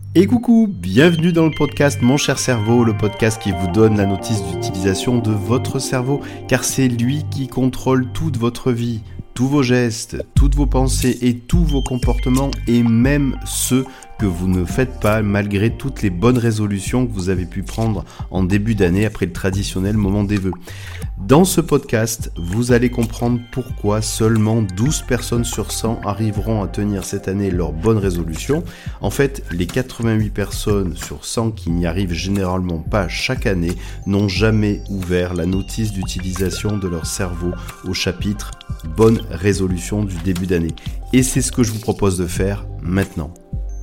Et coucou, bienvenue dans le podcast Mon cher cerveau, le podcast qui vous donne la notice d'utilisation de votre cerveau, car c'est lui qui contrôle toute votre vie, tous vos gestes, toutes vos pensées et tous vos comportements, et même ceux que vous ne faites pas malgré toutes les bonnes résolutions que vous avez pu prendre en début d'année après le traditionnel moment des vœux. Dans ce podcast, vous allez comprendre pourquoi seulement 12 personnes sur 100 arriveront à tenir cette année leurs bonnes résolutions. En fait, les 88 personnes sur 100 qui n'y arrivent généralement pas chaque année n'ont jamais ouvert la notice d'utilisation de leur cerveau au chapitre « Bonne résolution du début d'année ». Et c'est ce que je vous propose de faire maintenant.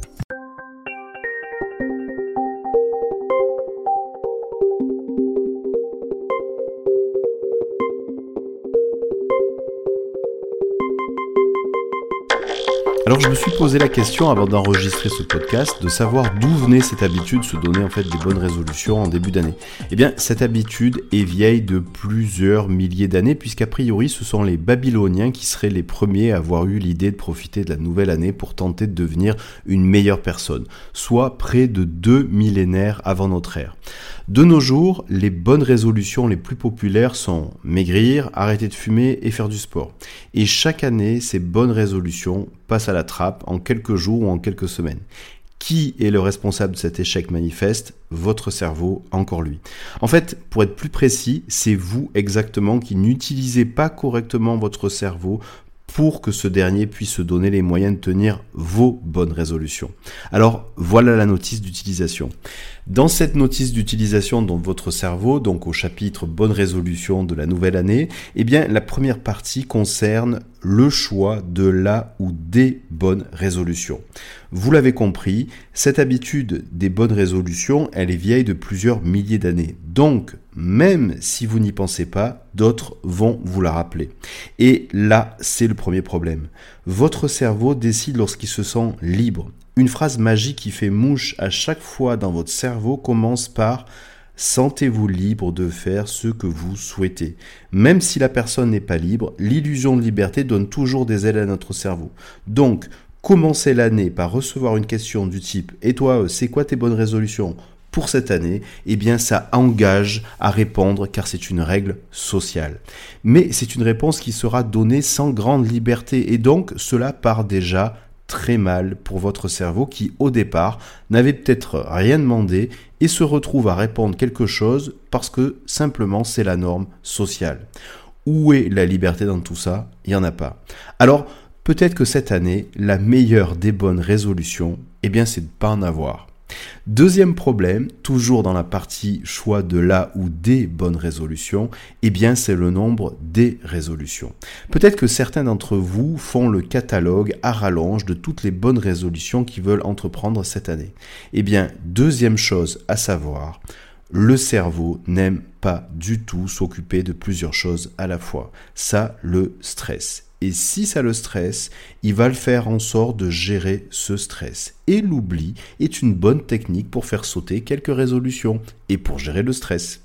Alors je me suis posé la question avant d'enregistrer ce podcast de savoir d'où venait cette habitude de se donner en fait des bonnes résolutions en début d'année. Eh bien cette habitude est vieille de plusieurs milliers d'années puisqu'a priori ce sont les Babyloniens qui seraient les premiers à avoir eu l'idée de profiter de la nouvelle année pour tenter de devenir une meilleure personne, soit près de 2 millénaires avant notre ère. De nos jours, les bonnes résolutions les plus populaires sont maigrir, arrêter de fumer et faire du sport. Et chaque année, ces bonnes résolutions passent à la trappe en quelques jours ou en quelques semaines. Qui est le responsable de cet échec manifeste ? Votre cerveau, encore lui. En fait, pour être plus précis, c'est vous exactement qui n'utilisez pas correctement votre cerveau pour que ce dernier puisse se donner les moyens de tenir vos bonnes résolutions. Alors, voilà la notice d'utilisation. Dans cette notice d'utilisation de votre cerveau, donc au chapitre Bonne résolution de la nouvelle année, eh bien, la première partie concerne le choix de la ou des bonnes résolutions. Vous l'avez compris, cette habitude des bonnes résolutions, elle est vieille de plusieurs milliers d'années. Donc, même si vous n'y pensez pas, d'autres vont vous la rappeler. Et là, c'est le premier problème. Votre cerveau décide lorsqu'il se sent libre. Une phrase magique qui fait mouche à chaque fois dans votre cerveau commence par « Sentez-vous libre de faire ce que vous souhaitez ». Même si la personne n'est pas libre, l'illusion de liberté donne toujours des ailes à notre cerveau. Donc, commencez l'année par recevoir une question du type « Et toi, c'est quoi tes bonnes résolutions ?» pour cette année, eh bien ça engage à répondre car c'est une règle sociale. Mais c'est une réponse qui sera donnée sans grande liberté et donc cela part déjà très mal pour votre cerveau qui, au départ, n'avait peut-être rien demandé et se retrouve à répondre quelque chose parce que simplement c'est la norme sociale. Où est la liberté dans tout ça ? Il n'y en a pas. Alors, peut-être que cette année, la meilleure des bonnes résolutions, eh bien c'est de ne pas en avoir. Deuxième problème, toujours dans la partie choix de la ou des bonnes résolutions, eh bien c'est le nombre des résolutions. Peut-être que certains d'entre vous font le catalogue à rallonge de toutes les bonnes résolutions qu'ils veulent entreprendre cette année. Eh bien, deuxième chose à savoir, le cerveau n'aime pas du tout s'occuper de plusieurs choses à la fois. Ça le stresse. Et si ça le stresse, il va le faire en sorte de gérer ce stress. Et l'oubli est une bonne technique pour faire sauter quelques résolutions et pour gérer le stress.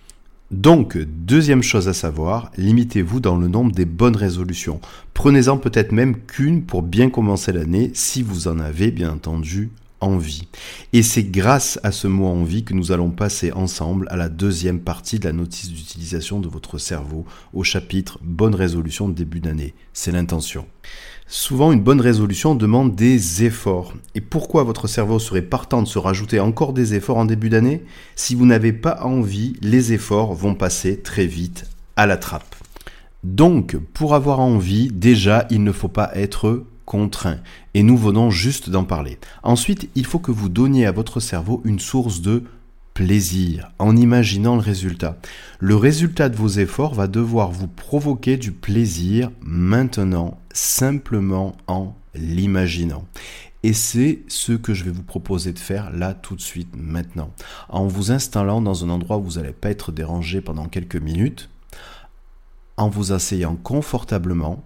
Donc, deuxième chose à savoir, limitez-vous dans le nombre des bonnes résolutions. Prenez-en peut-être même qu'une pour bien commencer l'année, si vous en avez bien entendu envie. Et c'est grâce à ce mot envie que nous allons passer ensemble à la deuxième partie de la notice d'utilisation de votre cerveau au chapitre Bonne résolution de début d'année. C'est l'intention. Souvent, une bonne résolution demande des efforts. Et pourquoi votre cerveau serait partant de se rajouter encore des efforts en début d'année ? Si vous n'avez pas envie, les efforts vont passer très vite à la trappe. Donc, pour avoir envie, déjà, il ne faut pas être contraint. Et nous venons juste d'en parler. Ensuite, il faut que vous donniez à votre cerveau une source de plaisir en imaginant le résultat. Le résultat de vos efforts va devoir vous provoquer du plaisir maintenant, simplement en l'imaginant. Et c'est ce que je vais vous proposer de faire là tout de suite maintenant. En vous installant dans un endroit où vous n'allez pas être dérangé pendant quelques minutes, en vous asseyant confortablement,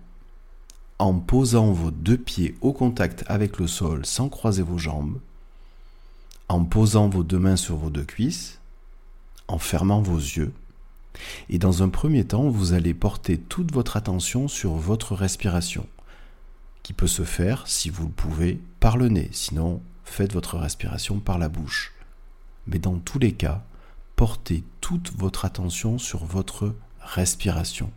en posant vos deux pieds au contact avec le sol sans croiser vos jambes, en posant vos deux mains sur vos deux cuisses, en fermant vos yeux. Et dans un premier temps, vous allez porter toute votre attention sur votre respiration, qui peut se faire, si vous le pouvez, par le nez. Sinon, faites votre respiration par la bouche. Mais dans tous les cas, portez toute votre attention sur votre respiration.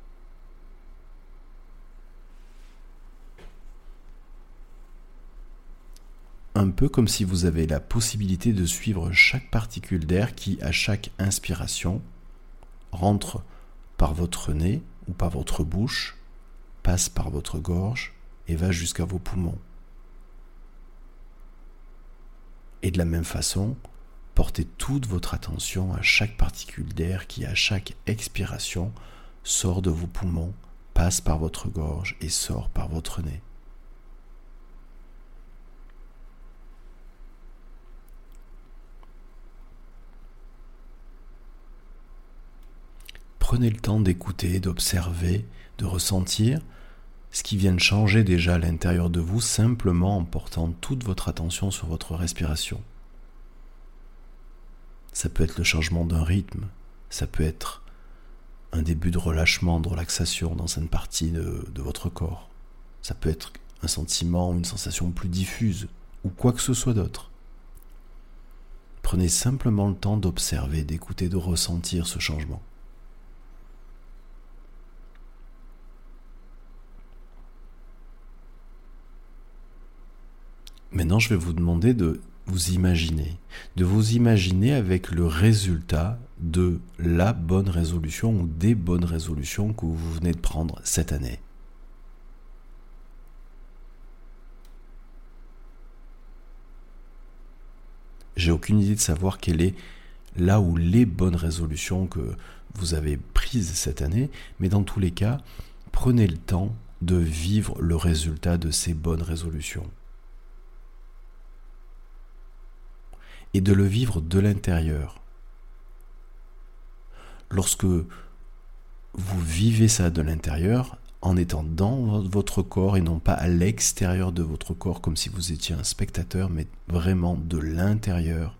Un peu comme si vous avez la possibilité de suivre chaque particule d'air qui, à chaque inspiration, rentre par votre nez ou par votre bouche, passe par votre gorge et va jusqu'à vos poumons. Et de la même façon, portez toute votre attention à chaque particule d'air qui, à chaque expiration, sort de vos poumons, passe par votre gorge et sort par votre nez. Prenez le temps d'écouter, d'observer, de ressentir ce qui vient de changer déjà à l'intérieur de vous, simplement en portant toute votre attention sur votre respiration. Ça peut être le changement d'un rythme, ça peut être un début de relâchement, de relaxation dans une partie de votre corps. Ça peut être un sentiment, une sensation plus diffuse, ou quoi que ce soit d'autre. Prenez simplement le temps d'observer, d'écouter, de ressentir ce changement. Maintenant, je vais vous demander de vous imaginer avec le résultat de la bonne résolution ou des bonnes résolutions que vous venez de prendre cette année. J'ai aucune idée de savoir quelle est là où les bonnes résolutions que vous avez prises cette année, mais dans tous les cas, prenez le temps de vivre le résultat de ces bonnes résolutions. Et de le vivre de l'intérieur. Lorsque vous vivez ça de l'intérieur, en étant dans votre corps et non pas à l'extérieur de votre corps, comme si vous étiez un spectateur, mais vraiment de l'intérieur.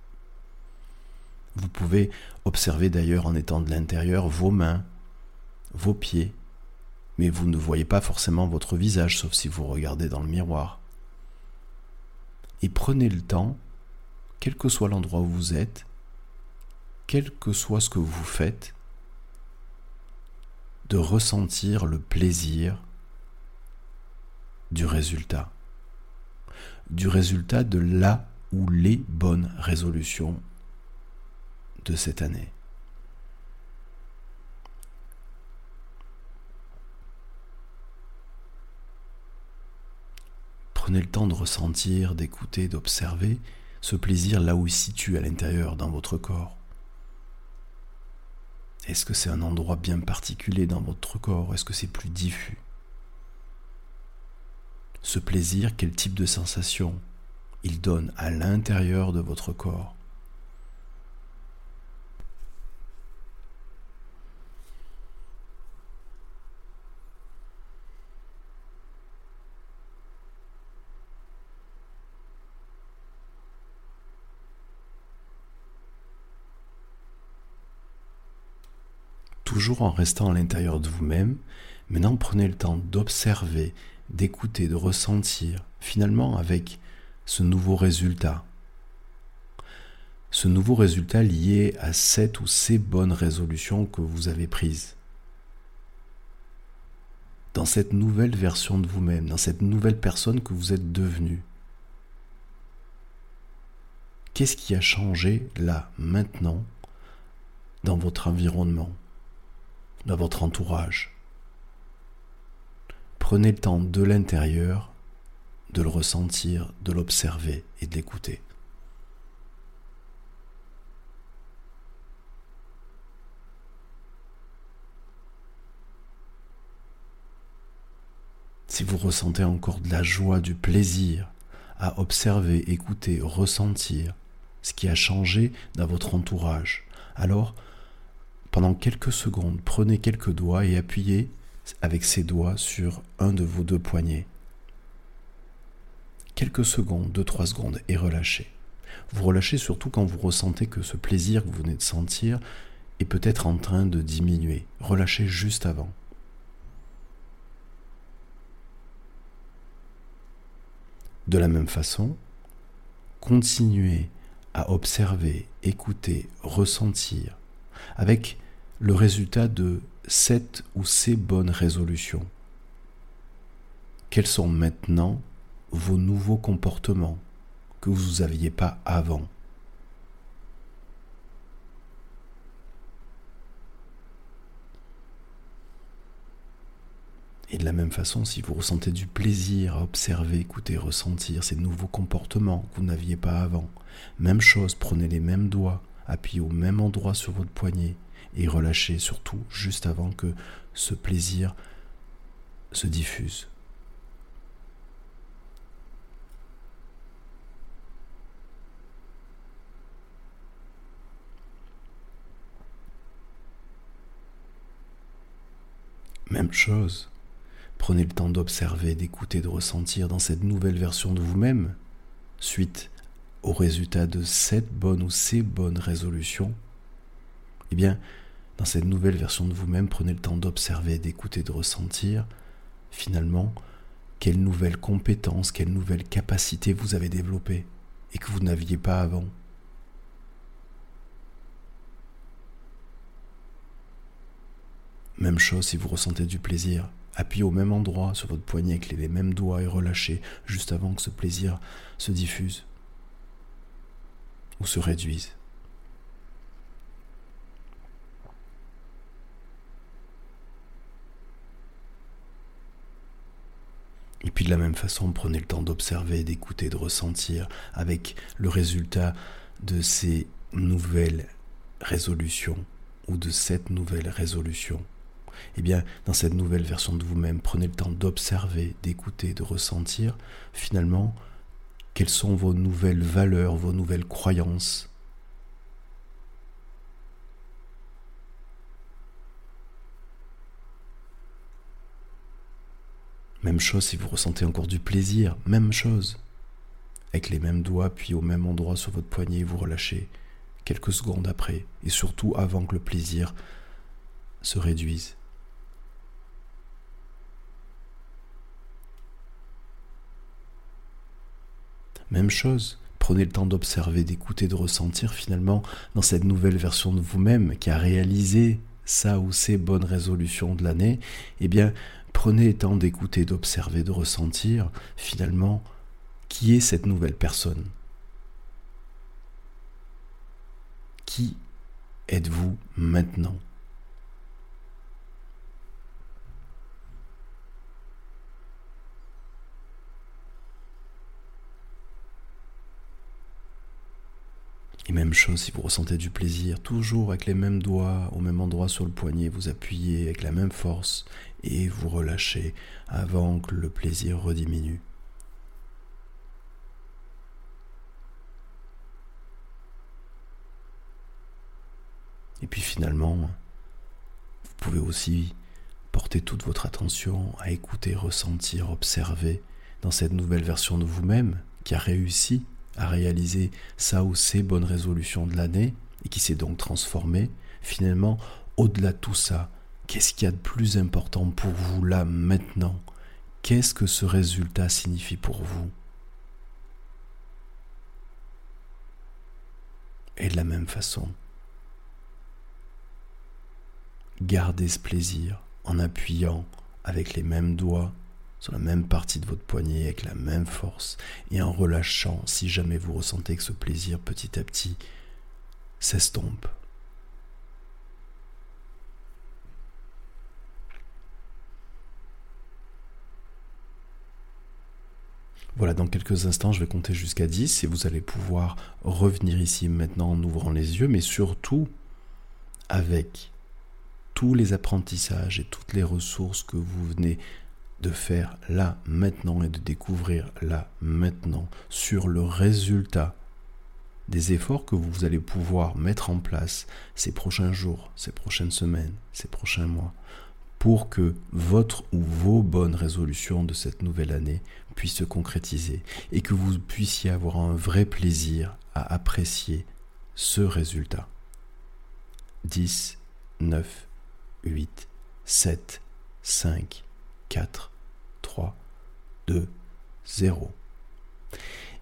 Vous pouvez observer d'ailleurs en étant de l'intérieur vos mains, vos pieds, mais vous ne voyez pas forcément votre visage, sauf si vous regardez dans le miroir. Et prenez le temps, quel que soit l'endroit où vous êtes, quel que soit ce que vous faites, de ressentir le plaisir du résultat de là ou les bonnes résolutions de cette année. Prenez le temps de ressentir, d'écouter, d'observer ce plaisir là où il se situe à l'intérieur dans votre corps. Est-ce que c'est un endroit bien particulier dans votre corps? Est-ce que c'est plus diffus? Ce plaisir, quel type de sensation il donne à l'intérieur de votre corps? Toujours en restant à l'intérieur de vous-même, maintenant prenez le temps d'observer, d'écouter, de ressentir, finalement avec ce nouveau résultat. Ce nouveau résultat lié à cette ou ces bonnes résolutions que vous avez prises. Dans cette nouvelle version de vous-même, dans cette nouvelle personne que vous êtes devenue. Qu'est-ce qui a changé là, maintenant, dans votre environnement, dans votre entourage? Prenez le temps de l'intérieur de le ressentir, de l'observer et de l'écouter. Si vous ressentez encore de la joie, du plaisir à observer, écouter, ressentir ce qui a changé dans votre entourage, alors pendant quelques secondes, prenez quelques doigts et appuyez avec ces doigts sur un de vos deux poignets. Quelques secondes, 2-3 secondes, et relâchez. Vous relâchez surtout quand vous ressentez que ce plaisir que vous venez de sentir est peut-être en train de diminuer. Relâchez juste avant. De la même façon, continuer à observer, écouter, ressentir, avec le résultat de cette ou ces bonnes résolutions. Quels sont maintenant vos nouveaux comportements que vous n'aviez pas avant? Et de la même façon, si vous ressentez du plaisir à observer, écouter, ressentir ces nouveaux comportements que vous n'aviez pas avant, même chose, prenez les mêmes doigts, appuyez au même endroit sur votre poignet et relâchez surtout juste avant que ce plaisir se diffuse. Même chose. Prenez le temps d'observer, d'écouter, de ressentir dans cette nouvelle version de vous-même, suite au résultat de cette bonne ou ces bonnes résolutions. Eh bien, dans cette nouvelle version de vous-même, prenez le temps d'observer, d'écouter, de ressentir, finalement, quelles nouvelles compétences, quelles nouvelles capacités vous avez développées et que vous n'aviez pas avant. Même chose si vous ressentez du plaisir. Appuyez au même endroit sur votre poignet avec les mêmes doigts et relâchez juste avant que ce plaisir se diffuse ou se réduise. Et puis de la même façon, prenez le temps d'observer, d'écouter, de ressentir avec le résultat de ces nouvelles résolutions ou de cette nouvelle résolution. Eh bien, dans cette nouvelle version de vous-même, prenez le temps d'observer, d'écouter, de ressentir, finalement, quelles sont vos nouvelles valeurs, vos nouvelles croyances. Même chose si vous ressentez encore du plaisir, même chose. Avec les mêmes doigts, puis au même endroit sur votre poignet, vous relâchez quelques secondes après, et surtout avant que le plaisir se réduise. Même chose, prenez le temps d'observer, d'écouter, de ressentir finalement dans cette nouvelle version de vous-même qui a réalisé ça ou ces bonnes résolutions de l'année. Eh bien, prenez le temps d'écouter, d'observer, de ressentir finalement qui est cette nouvelle personne. Qui êtes-vous maintenant ? Et même chose si vous ressentez du plaisir, toujours avec les mêmes doigts, au même endroit sur le poignet, vous appuyez avec la même force et vous relâchez avant que le plaisir rediminue. Et puis finalement, vous pouvez aussi porter toute votre attention à écouter, ressentir, observer dans cette nouvelle version de vous-même qui a réussi à réaliser ça ou ces bonnes résolutions de l'année et qui s'est donc transformée. Finalement, au-delà de tout ça, qu'est-ce qu'il y a de plus important pour vous là, maintenant ? Qu'est-ce que ce résultat signifie pour vous ? Et de la même façon, gardez ce plaisir en appuyant avec les mêmes doigts sur la même partie de votre poignet avec la même force et en relâchant si jamais vous ressentez que ce plaisir petit à petit s'estompe. Voilà, dans quelques instants, je vais compter jusqu'à 10 et vous allez pouvoir revenir ici maintenant en ouvrant les yeux, mais surtout avec tous les apprentissages et toutes les ressources que vous venez de faire là, maintenant et de découvrir là, maintenant sur le résultat des efforts que vous allez pouvoir mettre en place ces prochains jours, ces prochaines semaines, ces prochains mois pour que votre ou vos bonnes résolutions de cette nouvelle année puissent se concrétiser et que vous puissiez avoir un vrai plaisir à apprécier ce résultat. 10, 9, 8, 7, 5, 4, 3, 2, 0.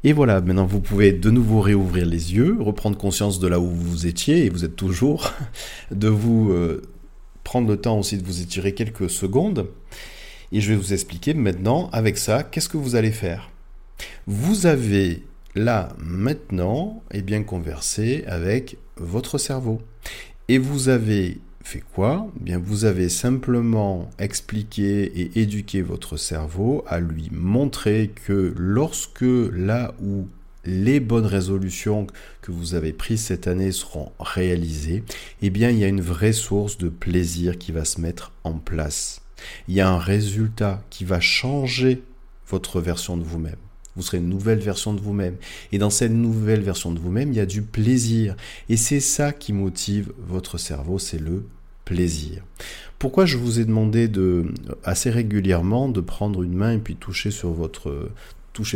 Et voilà, maintenant vous pouvez de nouveau réouvrir les yeux, reprendre conscience de là où vous étiez, et vous êtes toujours, de vous prendre le temps aussi de vous étirer quelques secondes. Et je vais vous expliquer maintenant, avec ça, qu'est-ce que vous allez faire. Vous avez là, maintenant, conversé avec votre cerveau. Et vous avez fait quoi ? Bien, vous avez simplement expliqué et éduqué votre cerveau à lui montrer que lorsque là où les bonnes résolutions que vous avez prises cette année seront réalisées, il y a une vraie source de plaisir qui va se mettre en place. Il y a un résultat qui va changer votre version de vous-même. Vous serez une nouvelle version de vous-même. Et dans cette nouvelle version de vous-même, il y a du plaisir. Et c'est ça qui motive votre cerveau, c'est le plaisir. Pourquoi je vous ai demandé assez régulièrement de prendre une main et puis toucher votre poignet ?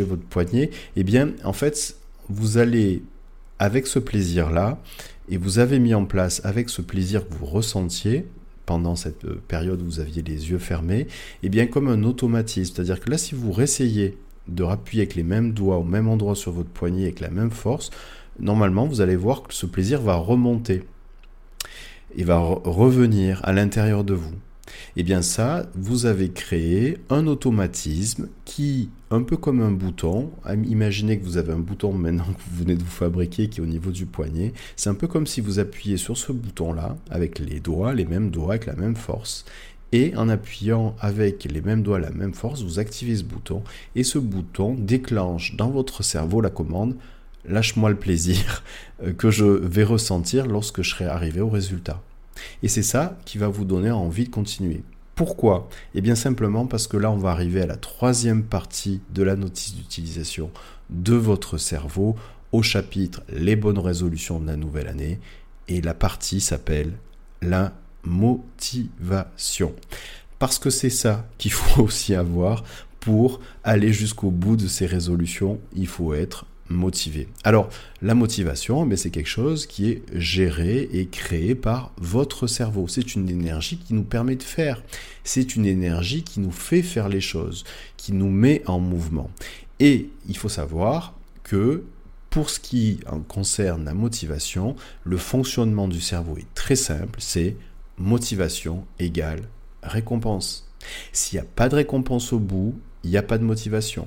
En fait, vous allez, avec ce plaisir-là, et vous avez mis en place, avec ce plaisir que vous ressentiez, pendant cette période où vous aviez les yeux fermés, comme un automatisme. C'est-à-dire que là, si vous réessayez de rappuyer avec les mêmes doigts au même endroit sur votre poignet avec la même force, normalement, vous allez voir que ce plaisir va remonter et va revenir à l'intérieur de vous. Ça, vous avez créé un automatisme qui, un peu comme un bouton, imaginez que vous avez un bouton maintenant que vous venez de vous fabriquer qui est au niveau du poignet, c'est un peu comme si vous appuyez sur ce bouton-là avec les mêmes doigts, avec la même force, et en appuyant avec les mêmes doigts, la même force, vous activez ce bouton, et ce bouton déclenche dans votre cerveau la commande « lâche-moi le plaisir » que je vais ressentir lorsque je serai arrivé au résultat. Et c'est ça qui va vous donner envie de continuer. Pourquoi ? Simplement parce que là, on va arriver à la troisième partie de la notice d'utilisation de votre cerveau au chapitre « Les bonnes résolutions de la nouvelle année ». Et la partie s'appelle « La motivation ». Parce que c'est ça qu'il faut aussi avoir pour aller jusqu'au bout de ces résolutions. Il faut être motivé. Alors, la motivation, c'est quelque chose qui est géré et créé par votre cerveau. C'est une énergie qui nous permet de faire. C'est une énergie qui nous fait faire les choses, qui nous met en mouvement. Et il faut savoir que pour ce qui concerne la motivation, le fonctionnement du cerveau est très simple, c'est motivation égale récompense. S'il n'y a pas de récompense au bout, il n'y a pas de motivation.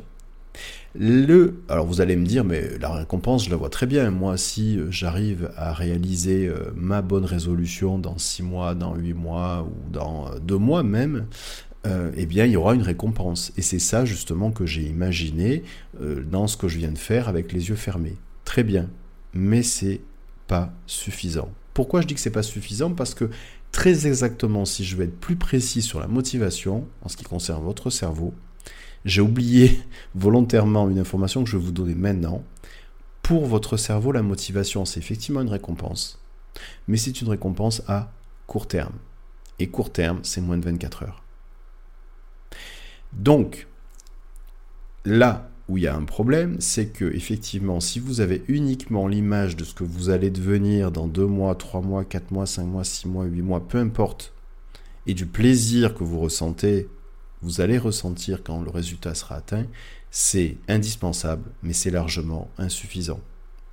Alors vous allez me dire, mais la récompense, je la vois très bien. Moi, si j'arrive à réaliser ma bonne résolution dans 6 mois, dans 8 mois ou dans 2 mois même, il y aura une récompense. Et c'est ça justement que j'ai imaginé dans ce que je viens de faire avec les yeux fermés. Très bien, mais c'est pas suffisant. Pourquoi je dis que c'est pas suffisant ? Parce que très exactement, si je veux être plus précis sur la motivation, en ce qui concerne votre cerveau, j'ai oublié volontairement une information que je vais vous donner maintenant. Pour votre cerveau, la motivation, c'est effectivement une récompense. Mais c'est une récompense à court terme. Et court terme, c'est moins de 24 heures. Donc, là où il y a un problème, c'est que effectivement, si vous avez uniquement l'image de ce que vous allez devenir dans 2 mois, 3 mois, 4 mois, 5 mois, 6 mois, 8 mois, peu importe, et du plaisir que vous ressentez, vous allez ressentir quand le résultat sera atteint, c'est indispensable, mais c'est largement insuffisant. Pourquoi ?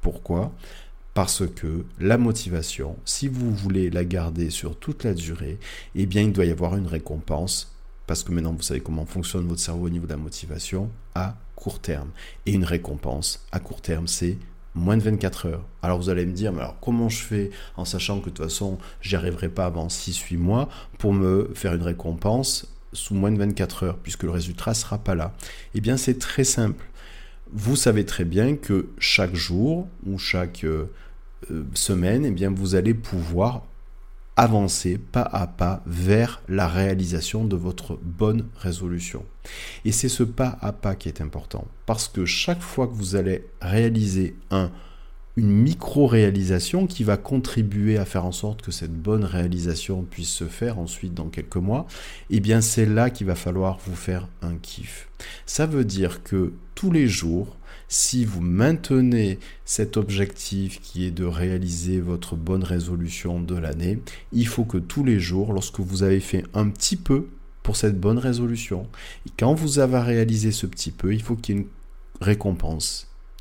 Parce que la motivation, si vous voulez la garder sur toute la durée, il doit y avoir une récompense, parce que maintenant vous savez comment fonctionne votre cerveau au niveau de la motivation, à court terme. Et une récompense à court terme, c'est moins de 24 heures. Alors vous allez me dire, mais alors comment je fais en sachant que de toute façon, j'y arriverai pas avant 6-8 mois pour me faire une récompense sous moins de 24 heures, puisque le résultat ne sera pas là. C'est très simple. Vous savez très bien que chaque jour ou chaque semaine, vous allez pouvoir avancer pas à pas vers la réalisation de votre bonne résolution. Et c'est ce pas à pas qui est important, parce que chaque fois que vous allez réaliser une micro-réalisation qui va contribuer à faire en sorte que cette bonne réalisation puisse se faire ensuite dans quelques mois, c'est là qu'il va falloir vous faire un kiff. Ça veut dire que tous les jours, si vous maintenez cet objectif qui est de réaliser votre bonne résolution de l'année, il faut que tous les jours, lorsque vous avez fait un petit peu pour cette bonne résolution, et quand vous avez réalisé ce petit peu, il faut qu'il y ait une récompense.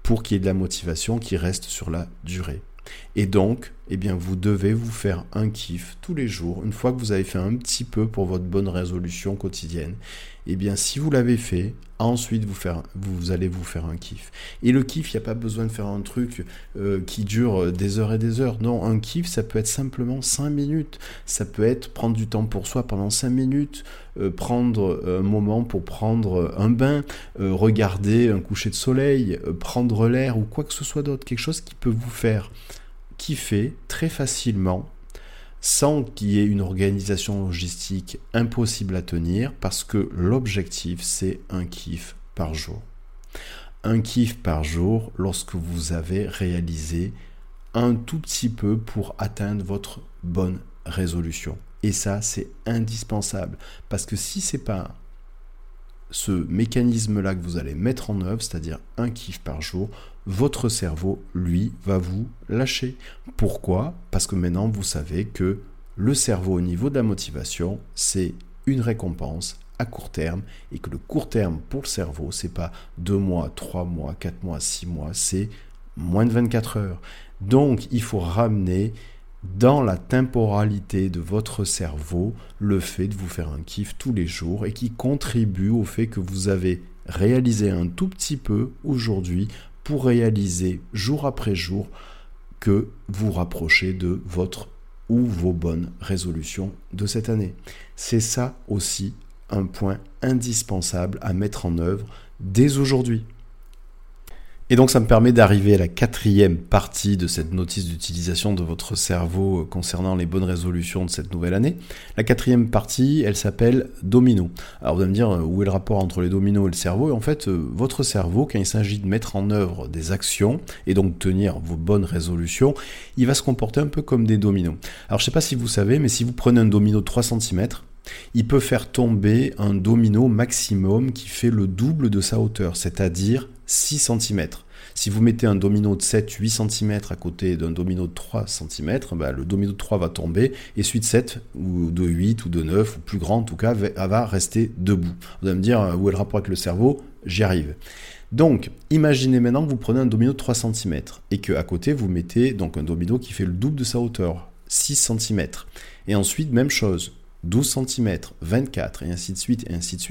pour qu'il y ait de la motivation qui reste sur la durée. Et donc, vous devez vous faire un kiff tous les jours. Une fois que vous avez fait un petit peu pour votre bonne résolution quotidienne, si vous l'avez fait, ensuite vous allez vous faire un kiff. Et le kiff, il n'y a pas besoin de faire un truc qui dure des heures et des heures. Non, un kiff, ça peut être simplement 5 minutes. Ça peut être prendre du temps pour soi pendant 5 minutes, prendre un moment pour prendre un bain, regarder un coucher de soleil, prendre l'air ou quoi que ce soit d'autre. Quelque chose qui peut vous faire kiffer très facilement, sans qu'il y ait une organisation logistique impossible à tenir, parce que l'objectif, c'est un kiff par jour. Un kiff par jour lorsque vous avez réalisé un tout petit peu pour atteindre votre bonne résolution. Et ça, c'est indispensable, parce que si c'est pas ce mécanisme-là que vous allez mettre en œuvre, c'est-à-dire un kiff par jour, votre cerveau, lui, va vous lâcher. Pourquoi ? Parce que maintenant, vous savez que le cerveau, au niveau de la motivation, c'est une récompense à court terme, et que le court terme pour le cerveau, c'est pas 2 mois, 3 mois, 4 mois, 6 mois, c'est moins de 24 heures. Donc, il faut ramener dans la temporalité de votre cerveau le fait de vous faire un kiff tous les jours et qui contribue au fait que vous avez réalisé un tout petit peu aujourd'hui pour réaliser jour après jour que vous rapprochez de votre ou vos bonnes résolutions de cette année. C'est ça aussi un point indispensable à mettre en œuvre dès aujourd'hui. Et donc ça me permet d'arriver à la 4e partie de cette notice d'utilisation de votre cerveau concernant les bonnes résolutions de cette nouvelle année. La 4e partie, elle s'appelle domino. Alors vous allez me dire, où est le rapport entre les dominos et le cerveau ? Et en fait, votre cerveau, quand il s'agit de mettre en œuvre des actions et donc tenir vos bonnes résolutions, il va se comporter un peu comme des dominos. Alors je ne sais pas si vous savez, mais si vous prenez un domino de 3 cm, il peut faire tomber un domino maximum qui fait le double de sa hauteur, c'est-à-dire 6 cm. Si vous mettez un domino de 7-8 cm à côté d'un domino de 3 cm, le domino de 3 va tomber et celui de 7 ou de 8 ou de 9 ou plus grand en tout cas va rester debout. Vous allez me dire où est le rapport avec le cerveau ? J'y arrive. Donc, imaginez maintenant que vous prenez un domino de 3 cm et qu'à côté vous mettez donc un domino qui fait le double de sa hauteur, 6 cm. Et ensuite, même chose. 12 cm, 24, et ainsi de suite,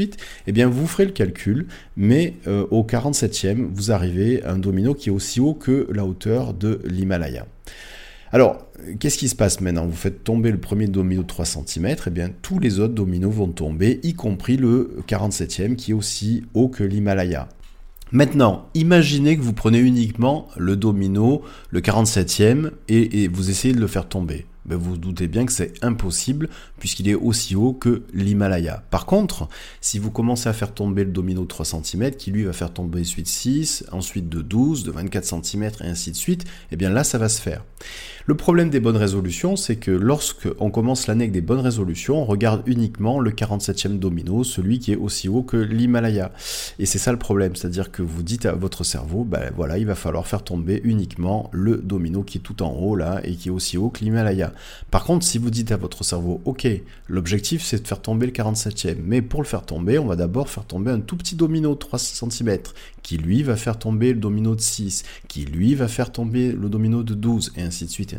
vous ferez le calcul, mais au 47e, vous arrivez à un domino qui est aussi haut que la hauteur de l'Himalaya. Alors, qu'est-ce qui se passe maintenant ? Vous faites tomber le premier domino de 3 cm, tous les autres dominos vont tomber, y compris le 47e qui est aussi haut que l'Himalaya. Maintenant, imaginez que vous prenez uniquement le domino, le 47e, et vous essayez de le faire tomber. Vous vous doutez bien que c'est impossible puisqu'il est aussi haut que l'Himalaya. Par contre, si vous commencez à faire tomber le domino de 3 cm, qui lui va faire tomber celui de 6, ensuite de 12, de 24 cm et ainsi de suite, là ça va se faire. Le problème des bonnes résolutions, c'est que lorsqu'on commence l'année avec des bonnes résolutions, on regarde uniquement le 47e domino, celui qui est aussi haut que l'Himalaya. Et c'est ça le problème, c'est-à-dire que vous dites à votre cerveau, il va falloir faire tomber uniquement le domino qui est tout en haut là et qui est aussi haut que l'Himalaya. Par contre, si vous dites à votre cerveau, ok, l'objectif c'est de faire tomber le 47e, mais pour le faire tomber, on va d'abord faire tomber un tout petit domino de 3 cm, qui lui va faire tomber le domino de 6, qui lui va faire tomber le domino de 12, et ainsi de suite,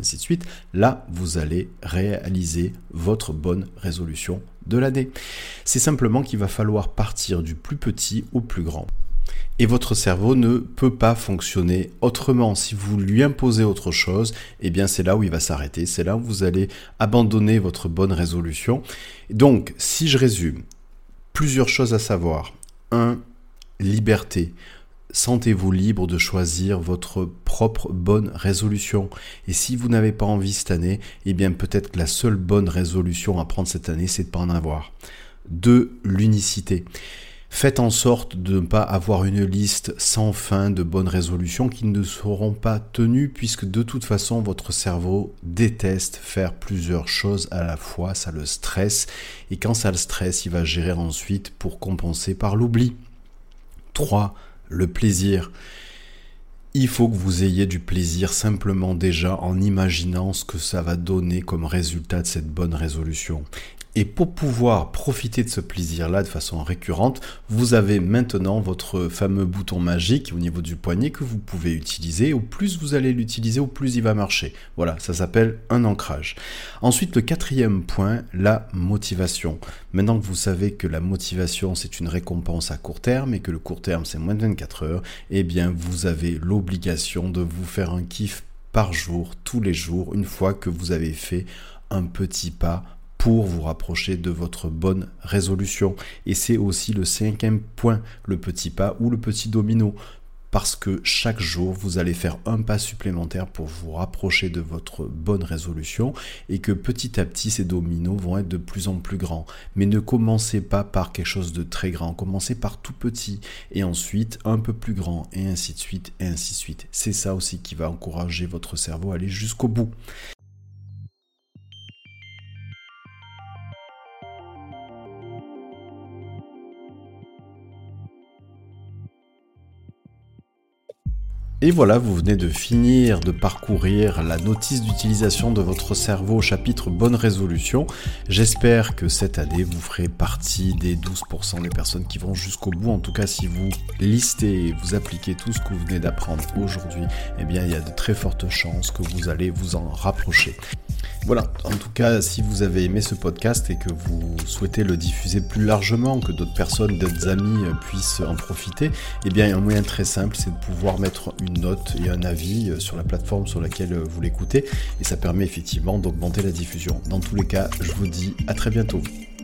là, vous allez réaliser votre bonne résolution de l'année. C'est simplement qu'il va falloir partir du plus petit au plus grand. Et votre cerveau ne peut pas fonctionner autrement. Si vous lui imposez autre chose, c'est là où il va s'arrêter. C'est là où vous allez abandonner votre bonne résolution. Donc, si je résume, plusieurs choses à savoir. 1. Liberté. Sentez-vous libre de choisir votre propre bonne résolution. Et si vous n'avez pas envie cette année, peut-être que la seule bonne résolution à prendre cette année, c'est de ne pas en avoir. 2. L'unicité. Faites en sorte de ne pas avoir une liste sans fin de bonnes résolutions qui ne seront pas tenues puisque de toute façon votre cerveau déteste faire plusieurs choses à la fois, ça le stresse et quand ça le stresse, il va gérer ensuite pour compenser par l'oubli. 3. Le plaisir. Il faut que vous ayez du plaisir simplement déjà en imaginant ce que ça va donner comme résultat de cette bonne résolution. Et pour pouvoir profiter de ce plaisir-là de façon récurrente, vous avez maintenant votre fameux bouton magique au niveau du poignet que vous pouvez utiliser. Au plus vous allez l'utiliser, au plus il va marcher. Voilà, ça s'appelle un ancrage. Ensuite, le 4e point, la motivation. Maintenant que vous savez que la motivation, c'est une récompense à court terme et que le court terme, c'est moins de 24 heures, eh bien, vous avez l'obligation de vous faire un kiff par jour, tous les jours, une fois que vous avez fait un petit pas pour vous rapprocher de votre bonne résolution. Et c'est aussi le 5e point, le petit pas ou le petit domino. Parce que chaque jour, vous allez faire un pas supplémentaire pour vous rapprocher de votre bonne résolution et que petit à petit, ces dominos vont être de plus en plus grands. Mais ne commencez pas par quelque chose de très grand, commencez par tout petit et ensuite un peu plus grand et ainsi de suite et ainsi de suite. C'est ça aussi qui va encourager votre cerveau à aller jusqu'au bout. Et voilà, vous venez de finir de parcourir la notice d'utilisation de votre cerveau au chapitre Bonne résolution. J'espère que cette année, vous ferez partie des 12% des personnes qui vont jusqu'au bout. En tout cas, si vous listez et vous appliquez tout ce que vous venez d'apprendre aujourd'hui, eh bien, il y a de très fortes chances que vous allez vous en rapprocher. Voilà, en tout cas, si vous avez aimé ce podcast et que vous souhaitez le diffuser plus largement, que d'autres personnes, d'autres amis puissent en profiter, eh bien, un moyen très simple, c'est de pouvoir mettre une note et un avis sur la plateforme sur laquelle vous l'écoutez, et ça permet effectivement d'augmenter la diffusion. Dans tous les cas, je vous dis à très bientôt.